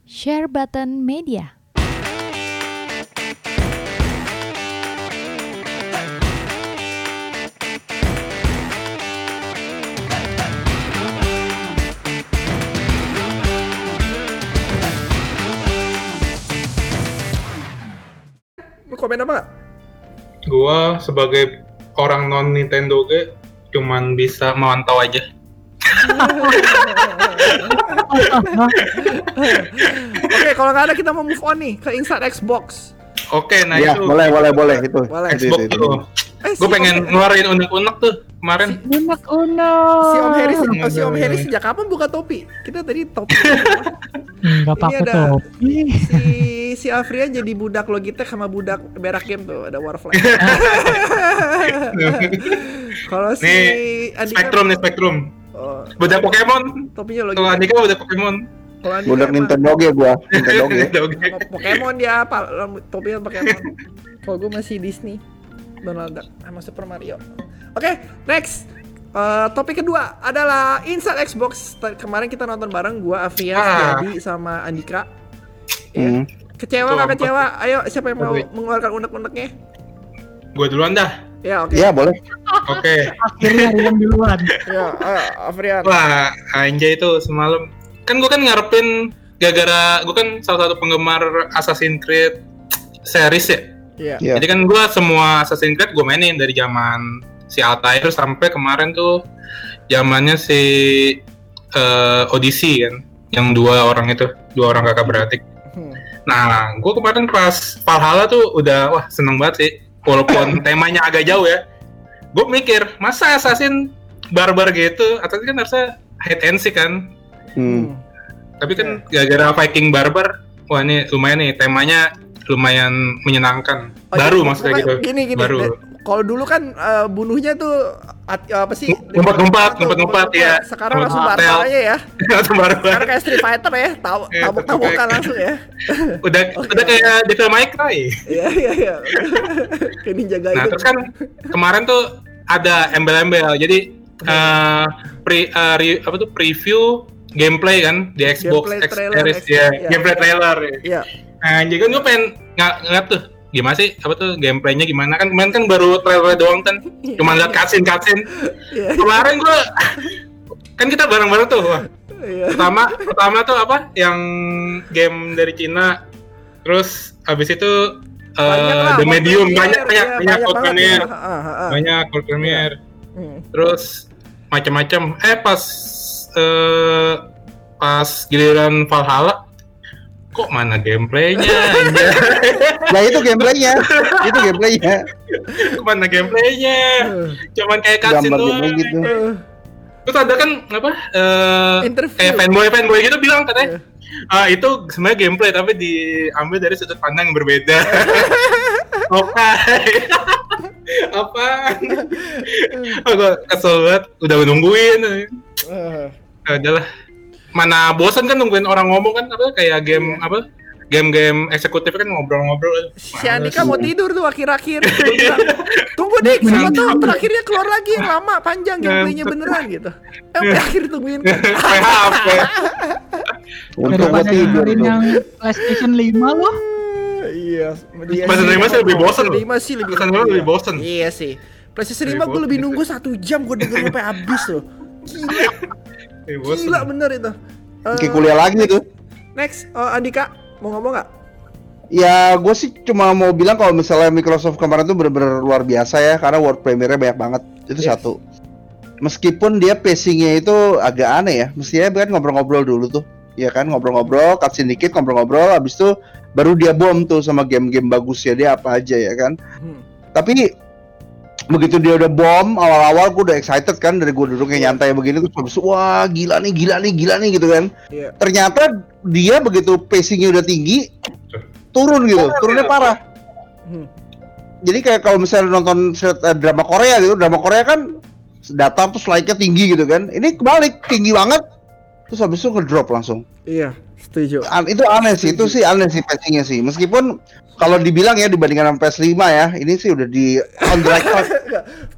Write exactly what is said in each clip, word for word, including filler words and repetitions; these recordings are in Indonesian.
Share Button Media. Lu komen apa nggak? Gua sebagai orang non Nintendo G cuman bisa memantau aja. Oke, kalau nggak ada kita mau move on nih ke Inside Xbox. Oke, nah ya, itu boleh boleh boleh itu. Boleh. Xbox Itu, itu, tuh. Eh, Gue si pengen Om, ngeluarin unek-unek tuh kemarin. Unek-unek. si Om Harry, Oh, oh, si Om aduh. Harry sejak kapan buka topi? Kita tadi topi. Enggak Ini pakai ada- topi. si si Afrian jadi budak Logitech sama budak berak game tuh, ada Warfly. Kalau si Nih, Andika, Spektrum nih Spektrum. oh, Budak Pokemon. topinya Kalau Logitech. Andika budak Pokemon. Kalau Andika Budak emang Nintendo G gua, Nintendo G. sama Pokemon dia apa? Topinya Pokemon. Kalau gue masih Disney, Donald Duck sama Super Mario. Oke, next. Eh, topik kedua adalah Inside Xbox. T- Kemarin kita nonton bareng, gua, Afrian, Ah. Jadi sama Andika. Ya. Hmm. Kecewa Betul, nggak kecewa? Ayo, siapa yang mau Oke. mengeluarkan unek-uneknya? Gue duluan dah. Ya, oke. Iya boleh. Oke. Akhirnya Rian duluan. Ya, ayo, Afrian. Wah, anjay itu semalam. Kan gue kan ngarepin gara-gara gue kan salah satu penggemar Assassin's Creed series ya. Iya. Iya. Jadi kan gue semua Assassin's Creed gue mainin dari zaman si Altair sampai kemarin tuh zamannya si eh, Odyssey kan, yang dua orang itu, dua orang kakak beradik. Hmm. Nah, gue kemarin pas Valhalla tuh udah wah seneng banget sih, walaupun temanya agak jauh ya. Gue mikir masa Assassin barbar gitu, atau kan harusnya hide and seek kan. Hmm. Tapi kan gara-gara Viking barbar, wah ini lumayan nih temanya lumayan menyenangkan. Oh, Baru jadi, maksudnya pokoknya gitu. Gini gini. Baru. de- Kalau dulu kan eh, bunuhnya tuh at- apa sih? Ngumpet-ngumpet, Tuh, ngumpet-ngumpet, ya. Sekarang langsung Hotel. barbar aja ya. Atau barbar. Sekarang kayak Street Fighter ya, tahu Iya, tabuk-tabukan betul. langsung ya. Udah Oke. udah kayak Devil May Cry. Iya iya iya. Kayak Ninja Nah, Gaiden. terus kan kemarin tuh ada embel-embel. Jadi eh pre eh, re- apa tuh preview gameplay kan di Xbox Gameplay X trailer, Series X- ya, iya. gameplay trailer. Ya. Iya. Nah, jadi kan gue pengen ng- ngeliat tuh gimana sih apa tuh gameplaynya gimana kan kemarin kan baru trailer doang kan cuma lihat cutscene cutscene Iya. kemarin gue kan kita bareng-bareng tuh wah. Iya. pertama pertama tuh apa yang game dari Cina terus habis itu uh, Banyak lah, The world Medium premiere, banyak banyak iya, banyak world banget, premiere iya. Ah, ah, ah. banyak world premiere Hmm. terus macam-macam eh pas eh pas giliran Valhalla kok mana gameplaynya anjay? Nah itu gameplaynya, itu gameplaynya. Kok mana gameplaynya Eh, cuman kayak cutscene Gambar doang gameplay gitu. eh, terus ada kan apa eh Interview. kayak fanboy fanboy gitu bilang katanya Iya. ah itu sebenarnya gameplay tapi diambil dari sudut pandang yang berbeda. Oke. Apa? Oh, gue kesel banget udah nungguin. eh. Ya udahlah. Mana bosan kan nungguin orang ngomong kan apa kayak game apa? Game-game eksekutif kan ngobrol-ngobrol. Si Andika mau tidur tuh akhir-akhir. Gua bilang, tunggu dik, sama tuh terakhirnya keluar lagi yang lama, panjang gameplaynya beneran gitu. Eh, sampai akhir tungguin. P H P. Untuk gua Daripada tidur dengerin tuh. yang PlayStation lima loh. Iya. PlayStation lima sih lebih bosen loh. lima sih lebih PlayStation lima lebih bosen. Iya sih. PlayStation lima Lebih gue lebih bosen. nunggu satu jam gue denger sampai habis loh. Gila, Eh, bosen. gila bener itu. Eh, Kayak kuliah lagi tuh. Next, eh, Andika mau ngomong nggak? Ya gue sih cuma mau bilang kalau misalnya Microsoft kemarin tuh bener-bener luar biasa ya, karena world premiere-nya banyak banget. Itu Yes. satu. Meskipun dia pacing-nya itu agak aneh ya, mestinya kan ngobrol-ngobrol dulu tuh. Ya kan, ngobrol-ngobrol, cutscene dikit, ngobrol-ngobrol, habis itu baru dia bom tuh sama game-game bagusnya dia apa aja ya kan. Hmm. Tapi begitu dia udah bom, awal-awal gue udah excited kan, dari gue duduknya nyantai begini terus habis itu, wah gila nih, gila nih, gila nih gitu kan. Iya. Ternyata dia begitu pacingnya udah tinggi, turun gitu, turunnya parah. Hmm. Jadi kayak kalau misalnya nonton set- eh, drama Korea gitu, drama Korea kan data tuh like-nya tinggi gitu kan. Ini kebalik, tinggi banget, terus habis itu ngedrop langsung. Iya, setuju. An- itu aneh sih, itu sih aneh sih pacingnya sih. Meskipun kalau dibilang ya dibandingkan sama P S lima ya, ini sih udah di on the right track.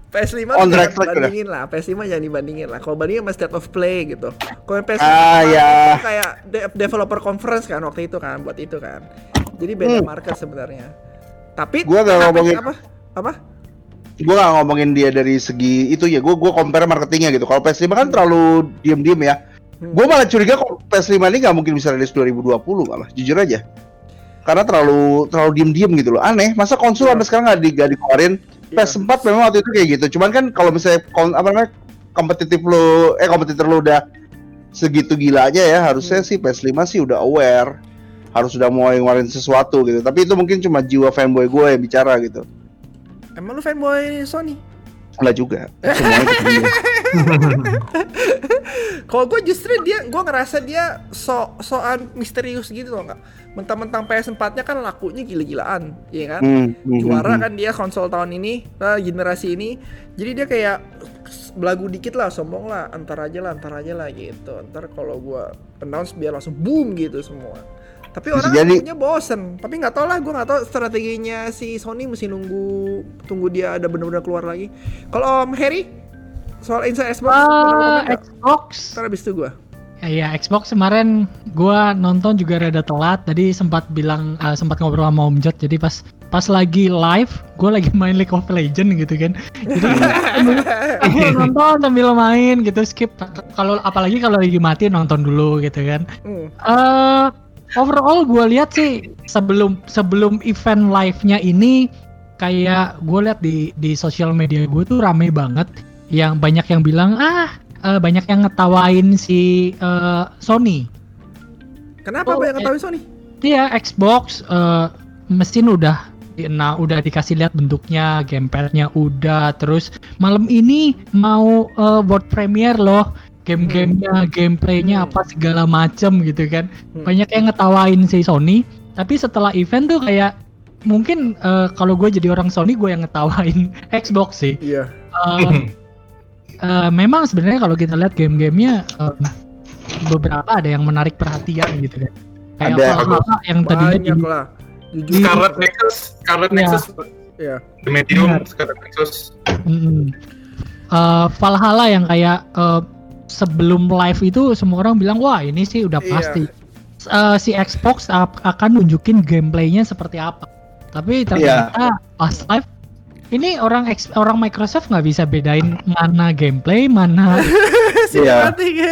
P S lima On jangan track track dibandingin lah, P S lima jangan dibandingin lah. Kalau bandingin sama State of Play gitu. Kalau yang P S lima Ah, ya. itu kayak de- developer conference kan waktu itu kan, buat itu kan. Jadi beda Hmm. market sebenarnya. Tapi Gua nggak tapi ngomongin- apa? Apa? Gue gak ngomongin dia dari segi itu ya, gue gue compare marketingnya gitu. Kalau P S lima kan terlalu diem-diem ya. Hmm. Gue malah curiga kalau P S lima ini gak mungkin bisa rilis dua ribu dua puluh malah, jujur aja. Karena terlalu terlalu diem-diem gitu loh. Aneh, masa konsol sampai sekarang gak, di, gak dikeluarin. P S empat memang waktu itu kayak gitu. Cuman kan kalau misalnya kon, apa namanya kompetitif lo, eh kompetitor lo udah segitu gila aja ya, harusnya sih P S lima sih udah aware, harus udah mau ngeluarin sesuatu gitu. Tapi itu mungkin cuma jiwa fanboy gue yang bicara gitu. Emang lu fanboy Sony? Enggak juga. Semuanya ketemu. Kalau gue justru dia, gue ngerasa dia so soan misterius gitu loh nggak. Mentang-mentang P S empat-nya kan lakunya gila-gilaan, ya kan? Hmm, hmm, Juara hmm, kan dia konsol tahun ini, nah, generasi ini. Jadi dia kayak belagu dikit lah, sombong lah, antar aja lah, antar aja lah gitu. Ntar kalau gue announce biar langsung boom gitu semua. Tapi Bisa orang jadi. punya bosen. Tapi nggak tau lah, gue nggak tahu strateginya si Sony mesti nunggu tunggu dia ada benar-benar keluar lagi. Kalau Om Harry soal Inside Xbox, Ah, ada komen nggak? Xbox. Ntar abis itu gue. Ya, ya, Xbox kemarin gua nonton juga rada telat, tadi sempat bilang uh, sempat ngobrol sama Om Jod, jadi pas pas lagi live, gua lagi main League of Legends gitu kan. Jadi gua nonton sambil main gitu, skip. Kalau apalagi kalau lagi mati nonton dulu gitu kan. Hmm. Eh overall gua lihat sih sebelum sebelum event live-nya ini kayak gua lihat di di sosial media gua tuh rame banget, yang banyak yang bilang ah Uh, banyak yang ngetawain si uh, Sony. Kenapa Oh, banyak eh. ngetawain Sony? Dia Xbox uh, mesin udah nah udah dikasih lihat bentuknya, gamepadnya udah, terus malam ini mau uh, world premiere loh, game-gamenya, gameplaynya Hmm. apa segala macem gitu kan. Hmm. Banyak yang ngetawain si Sony, tapi setelah event tuh kayak mungkin uh, kalau gue jadi orang Sony gue yang ngetawain Xbox sih. Iya. Uh, Uh, memang sebenarnya kalau kita lihat game-gamenya uh, beberapa ada yang menarik perhatian gitu kan. Kayak Ada. Valhalla yang tadinya Banyak di- lah. Jujur. Scarlet Nexus, Scarlet Iya. Nexus, Iya. The Medium, Benar. Scarlet Nexus. Mm-mm. Uh, Valhalla yang kayak uh, sebelum live itu semua orang bilang wah ini sih udah Iya. pasti. Uh, si Xbox ap- akan nunjukin gameplaynya seperti apa. Tapi ternyata pas live ini orang X- orang Microsoft nggak bisa bedain mana gameplay mana. Iya. Sinematik ya.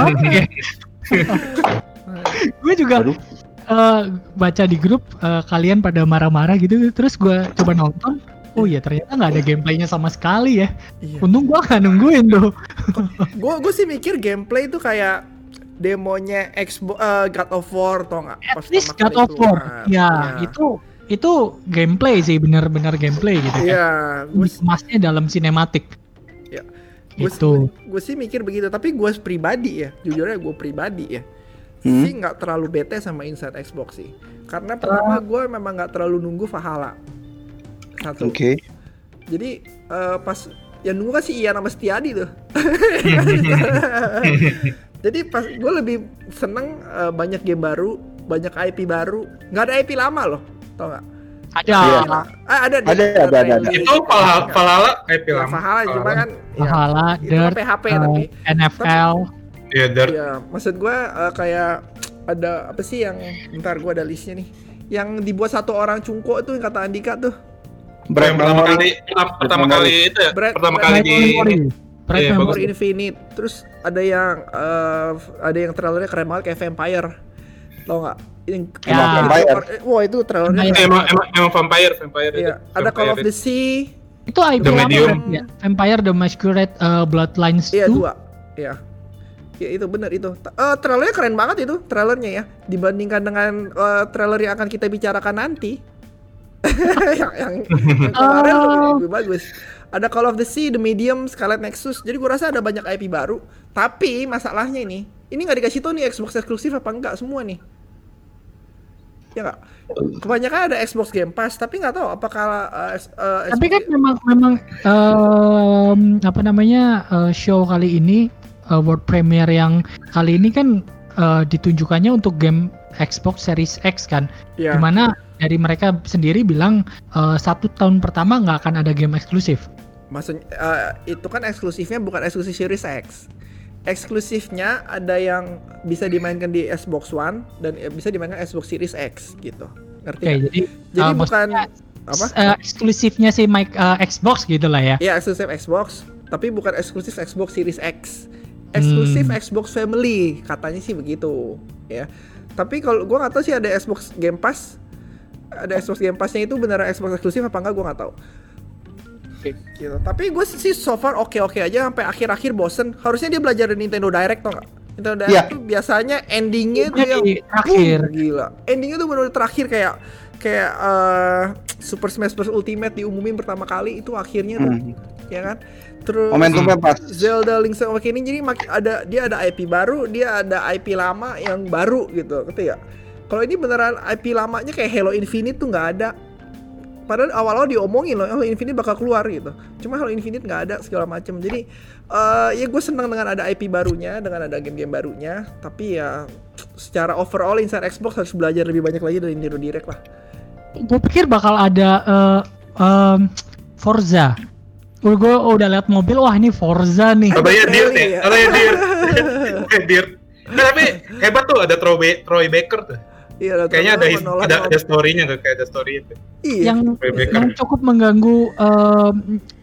Gue juga Aduh. uh, baca di grup uh, kalian pada marah-marah gitu, terus gue coba nonton. Oh iya ternyata nggak ada gameplaynya sama sekali ya. Iya. Untung gue nggak nungguin tuh. Gue gue sih mikir gameplay itu kayak demonya Xbox uh, God of War tau nggak? Pas At least pertama God kali of War. keluar. Ya Iya. itu itu gameplay sih, benar-benar gameplay gitu kan. Iya. Gue Dikemasnya dalam sinematik. Ya. Gue Gitu. gue sih mikir begitu, tapi gue pribadi ya, jujurnya gue pribadi ya, Hmm. sih nggak terlalu bete sama Inside Xbox sih. Karena pertama gue memang nggak terlalu nunggu Valhalla. Satu. Oke. Jadi eh, pas yang nunggu kan si Ian sama Setiadi tuh. Jadi pas gue lebih seneng eh, banyak game baru, banyak I P baru. Nggak ada I P lama loh, tau nggak? Ada Iya. Ah, ada, Ada, ada, ada, ada. Rally. Itu Valhalla, Valhalla I P Ya, lama. Valhalla cuma kan ya, Valhalla, itu mah Dirt, P H P uh, tapi N F L. Iya, Dirt. ya maksud gue eh, kayak ada apa sih yang bentar gue ada listnya nih, yang dibuat satu orang cungko itu yang kata Andika tuh. Yang pertama Memory. kali, pertama, pertama Memory. kali itu ya, Brad- pertama Brad kali Bright di Memory. Bright Iya, Memory. Memory Infinite. Terus ada yang eh, ada yang trailernya keren banget kayak Vampire, tau nggak? Yang Ya. Vampire. eh, wah itu trailernya Vampire. keren emang, banget. emang, emang vampire, vampire. Iya, itu. ada Call of Vampire the Sea. Itu I P The lama Medium. kan ya? Vampire The Masquerade uh, Bloodlines Iya two. dua. Iya. Ya itu benar itu. Eh trailernya keren banget itu trailernya ya, dibandingkan dengan eh, trailer yang akan kita bicarakan nanti. yang, yang, yang kemarin Oh. lebih bagus. Ada Call of the Sea, The Medium, Scarlet Nexus. Jadi gua rasa ada banyak I P baru. Tapi masalahnya ini, ini nggak dikasih tahu nih Xbox eksklusif apa enggak semua nih. Ya nggak? Kebanyakan ada Xbox Game Pass, tapi nggak tahu apakah uh, uh, Tapi kan Xbox- memang memang um, apa namanya uh, show kali ini uh, world premiere yang kali ini kan uh, ditunjukannya untuk game Xbox Series X kan, ya. dimana dari mereka sendiri bilang uh, satu tahun pertama nggak akan ada game eksklusif. Maksudnya uh, itu kan eksklusifnya bukan eksklusif Series X. Eksklusifnya ada yang bisa dimainkan di Xbox One dan bisa dimainkan Xbox Series X gitu. Ngerti? Oke, nggak? jadi Jadi uh, bukan maksudnya, apa? uh, eksklusifnya si Mike uh, Xbox gitu lah ya. Iya, eksklusif Xbox, tapi bukan eksklusif Xbox Series X. Eksklusif Hmm. Xbox Family, katanya sih begitu, ya. Tapi kalau gua nggak tahu sih ada Xbox Game Pass. Ada Xbox Game Pass-nya itu beneran Xbox eksklusif apa enggak, gua nggak tahu. Gitu. Tapi gue sih so far oke-oke aja sampai akhir-akhir bosen. Harusnya dia belajar dari Nintendo Direct, tau nggak? Nintendo Direct Iya. tuh biasanya endingnya tuh Iya, yang di terakhir. boom, gila. Endingnya tuh benar terakhir kayak kayak eh, Super Smash Bros Ultimate diumumin pertama kali itu akhirnya tuh, Hmm. ya kan? Terus Momentumnya pas. Zelda Link's Awakening jadi mak- ada dia ada I P baru, dia ada I P lama yang baru gitu, ngerti ya? Kalau ini beneran I P lamanya kayak Halo Infinite tuh nggak ada. Padahal awal-awal diomongin loh, Halo Infinite bakal keluar gitu. Cuma Halo Infinite nggak ada segala macam. Jadi uh, ya gue senang dengan ada I P barunya, dengan ada game-game barunya. Tapi ya secara overall Inside Xbox harus belajar lebih banyak lagi dari Nintendo Direct lah. Gue pikir bakal ada uh, um, Forza. Gue gue udah liat mobil, wah ini Forza nih. Katanya Ada Dirt Rally ya, ya? katanya Dirt. Eh, Dirt. Nah, tapi hebat tuh ada Troy, Troy Baker tuh. Iya, Kayaknya ada his- Nolan- ada, Nolan. ada story-nya tuh, kayak ada story itu. Iya. yang Rebecca. yang cukup mengganggu um,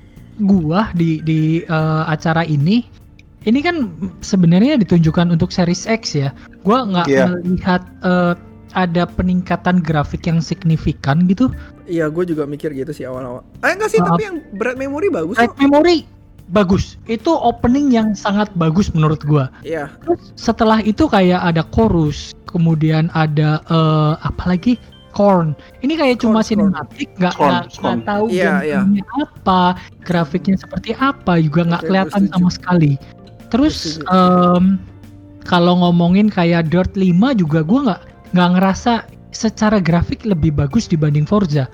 gua di di uh, acara ini. Ini kan sebenarnya ditunjukkan untuk Series X ya. Gua nggak Iya. melihat uh, ada peningkatan grafik yang signifikan gitu. Iya, gue juga mikir gitu sih awal-awal. Eh enggak sih, Maaf. tapi yang berat memory bagus Red kok. Memory bagus. Itu opening yang sangat bagus menurut gua. Iya. Terus setelah itu kayak ada chorus, kemudian ada eh, apa lagi? Korn. Ini kayak cuma Korn, sinematik, nggak Korn, nggak Korn. nggak tahu Iya, iya. gambarnya apa, grafiknya seperti apa, juga nggak Oke, kelihatan gue setuju. sama sekali. Terus Setuju. em, kalau ngomongin kayak Dirt lima juga gue nggak nggak ngerasa secara grafik lebih bagus dibanding Forza.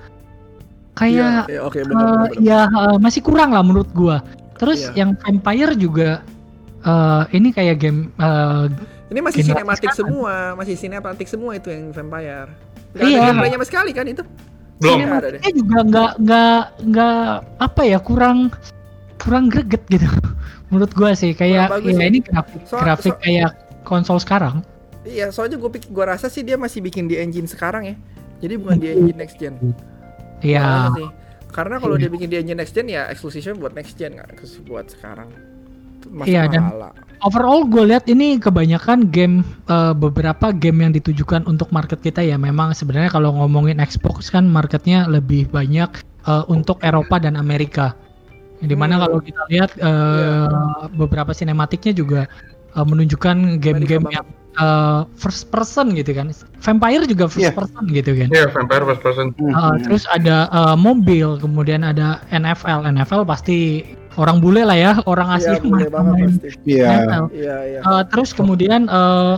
Kayak Iya, iya, oke eh, benar. ya eh, masih kurang lah menurut gua. Terus Iya. yang Vampire juga eh, ini kayak game eh, Ini masih generasi sinematik sekarang. semua, masih sinematik semua itu yang Vampire. Gak Iya. ada gameplaynya sama sekali kan itu? Belum. Nggak ada deh. sinematiknya juga nggak nggak nggak apa ya kurang kurang greget gitu. Menurut gua sih kayak Kurang bagus ya ya. ini grafik So- grafik so- kayak konsol sekarang. Iya, soalnya gue pikir, gue rasa sih dia masih bikin di engine sekarang ya. Jadi bukan di engine next gen. Iya. Gua rasa sih. Karena kalau dia bikin di engine next gen ya eksklusifnya buat next gen, nggak eksklusif buat sekarang. Itu masuk Iya, dan- pahala. Overall gue lihat ini kebanyakan game eh, beberapa game yang ditujukan untuk market kita ya memang sebenarnya kalau ngomongin Xbox kan marketnya lebih banyak eh, untuk Eropa dan Amerika. Dimana Hmm. kalau kita lihat eh, beberapa sinematiknya juga eh, menunjukkan game-game Amerika yang eh, first person gitu kan. Vampire juga first Iya. person gitu kan. Iya, Vampire first person. Uh, Hmm. terus ada uh, mobil, kemudian ada N F L. N F L pasti orang bule lah ya, orang asli Iya, boleh banget main pasti. Iya. N F L. Iya, iya. Uh, terus kemudian uh,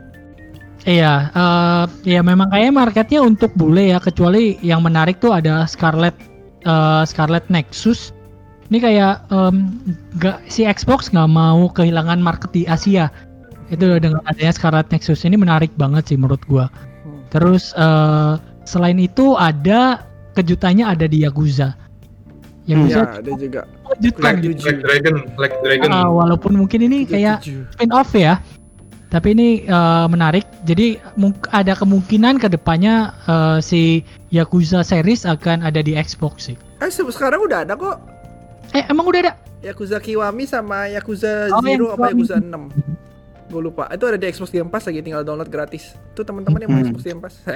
iya, uh, ya memang kayak marketnya untuk bule ya, kecuali yang menarik tuh ada Scarlet uh, Scarlet Nexus. Ini kayak um, nggak si Xbox nggak mau kehilangan market di Asia. Itu dengan adanya Scarlet Nexus ini menarik banget sih menurut gua. Hmm. Terus eh, selain itu ada kejutannya ada di Yakuza. Yakuza Iya, ada juga. kejutan Like, gitu. like Dragon, like Dragon. Ah, walaupun mungkin ini kayak Tujuh. spin off ya. Tapi ini eh, menarik. Jadi mung- ada kemungkinan kedepannya eh, si Yakuza series akan ada di Xbox sih. Eh, se- sekarang udah ada kok. Eh emang udah ada? Yakuza Kiwami sama Yakuza Oh, yang Zero apa Kiwami. Yakuza enam. Gue lupa. Itu ada di Xbox Game Pass lagi, tinggal download gratis. Itu teman-teman yang mau Hmm. Xbox Game Pass.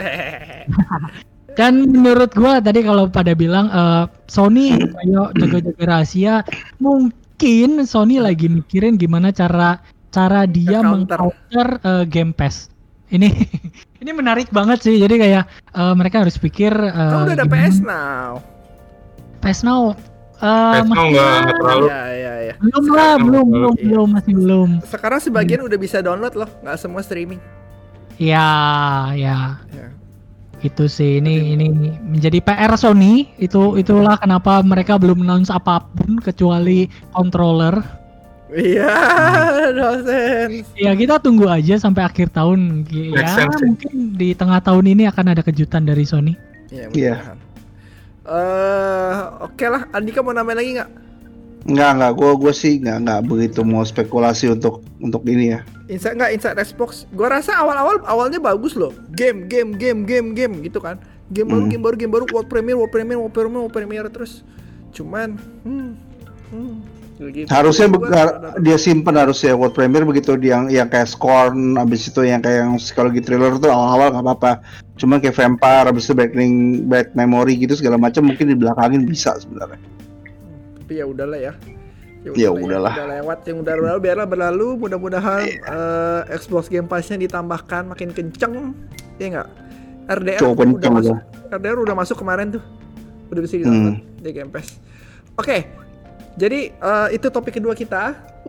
Dan menurut gua tadi kalau pada bilang eh, Sony kayak jaga-jaga rahasia, mungkin Sony lagi mikirin gimana cara cara dia Nge-counter. meng-counter eh, Game Pass. Ini ini menarik banget sih. Jadi kayak eh, mereka harus pikir eh, Kan udah ada P gimana- S Now. P S Now. eh, P S Now masih- nggak nggak terlalu. Iya, iya, iya. belum lah, Sekarang belum, belum. belum, Iya. belum, masih belum. Sekarang sebagian udah bisa download loh, nggak semua streaming. Ya, ya. Ya. Itu sih ini ini menjadi P R Sony. Itu itulah kenapa mereka belum announce apapun kecuali controller. Iya, no sense. Ya kita tunggu aja sampai akhir tahun. Make Ya sense, ya. mungkin di tengah tahun ini akan ada kejutan dari Sony. Iya, Iya. mudah-mudahan. Eh, oke lah. Andika mau nambahin lagi nggak? Enggak, enggak, gua gua sih enggak enggak begitu mau spekulasi untuk untuk ini ya. Inside nggak Inside Xbox. Gua rasa awal-awal awalnya bagus loh. Game, game, game, game, game gitu kan. Game baru, Hmm. game baru, game baru, world premiere, world premiere, world premiere, world premiere terus. Cuman, hmm, hmm, gitu. Harusnya Gua be- rada- har- dia simpen harusnya world premiere begitu dia yang yang kayak Scorn, abis itu yang kayak yang psikologi thriller tuh awal-awal nggak apa-apa. Cuma kayak Vampire, abis itu Breaking Bad Memory gitu segala macam mungkin di belakangin bisa sebenarnya. tapi ya udahlah ya. Ya udahlah. Udah lewat yang udah berlalu biarlah berlalu. Mudah-mudahan eh, Xbox Game Pass-nya ditambahkan makin kenceng. Iya nggak? R D R Cukup udah kenceng masuk. udah. R D R udah masuk kemarin tuh. Udah bisa ditonton di Game Pass. Oke. Jadi eh, itu topik kedua kita.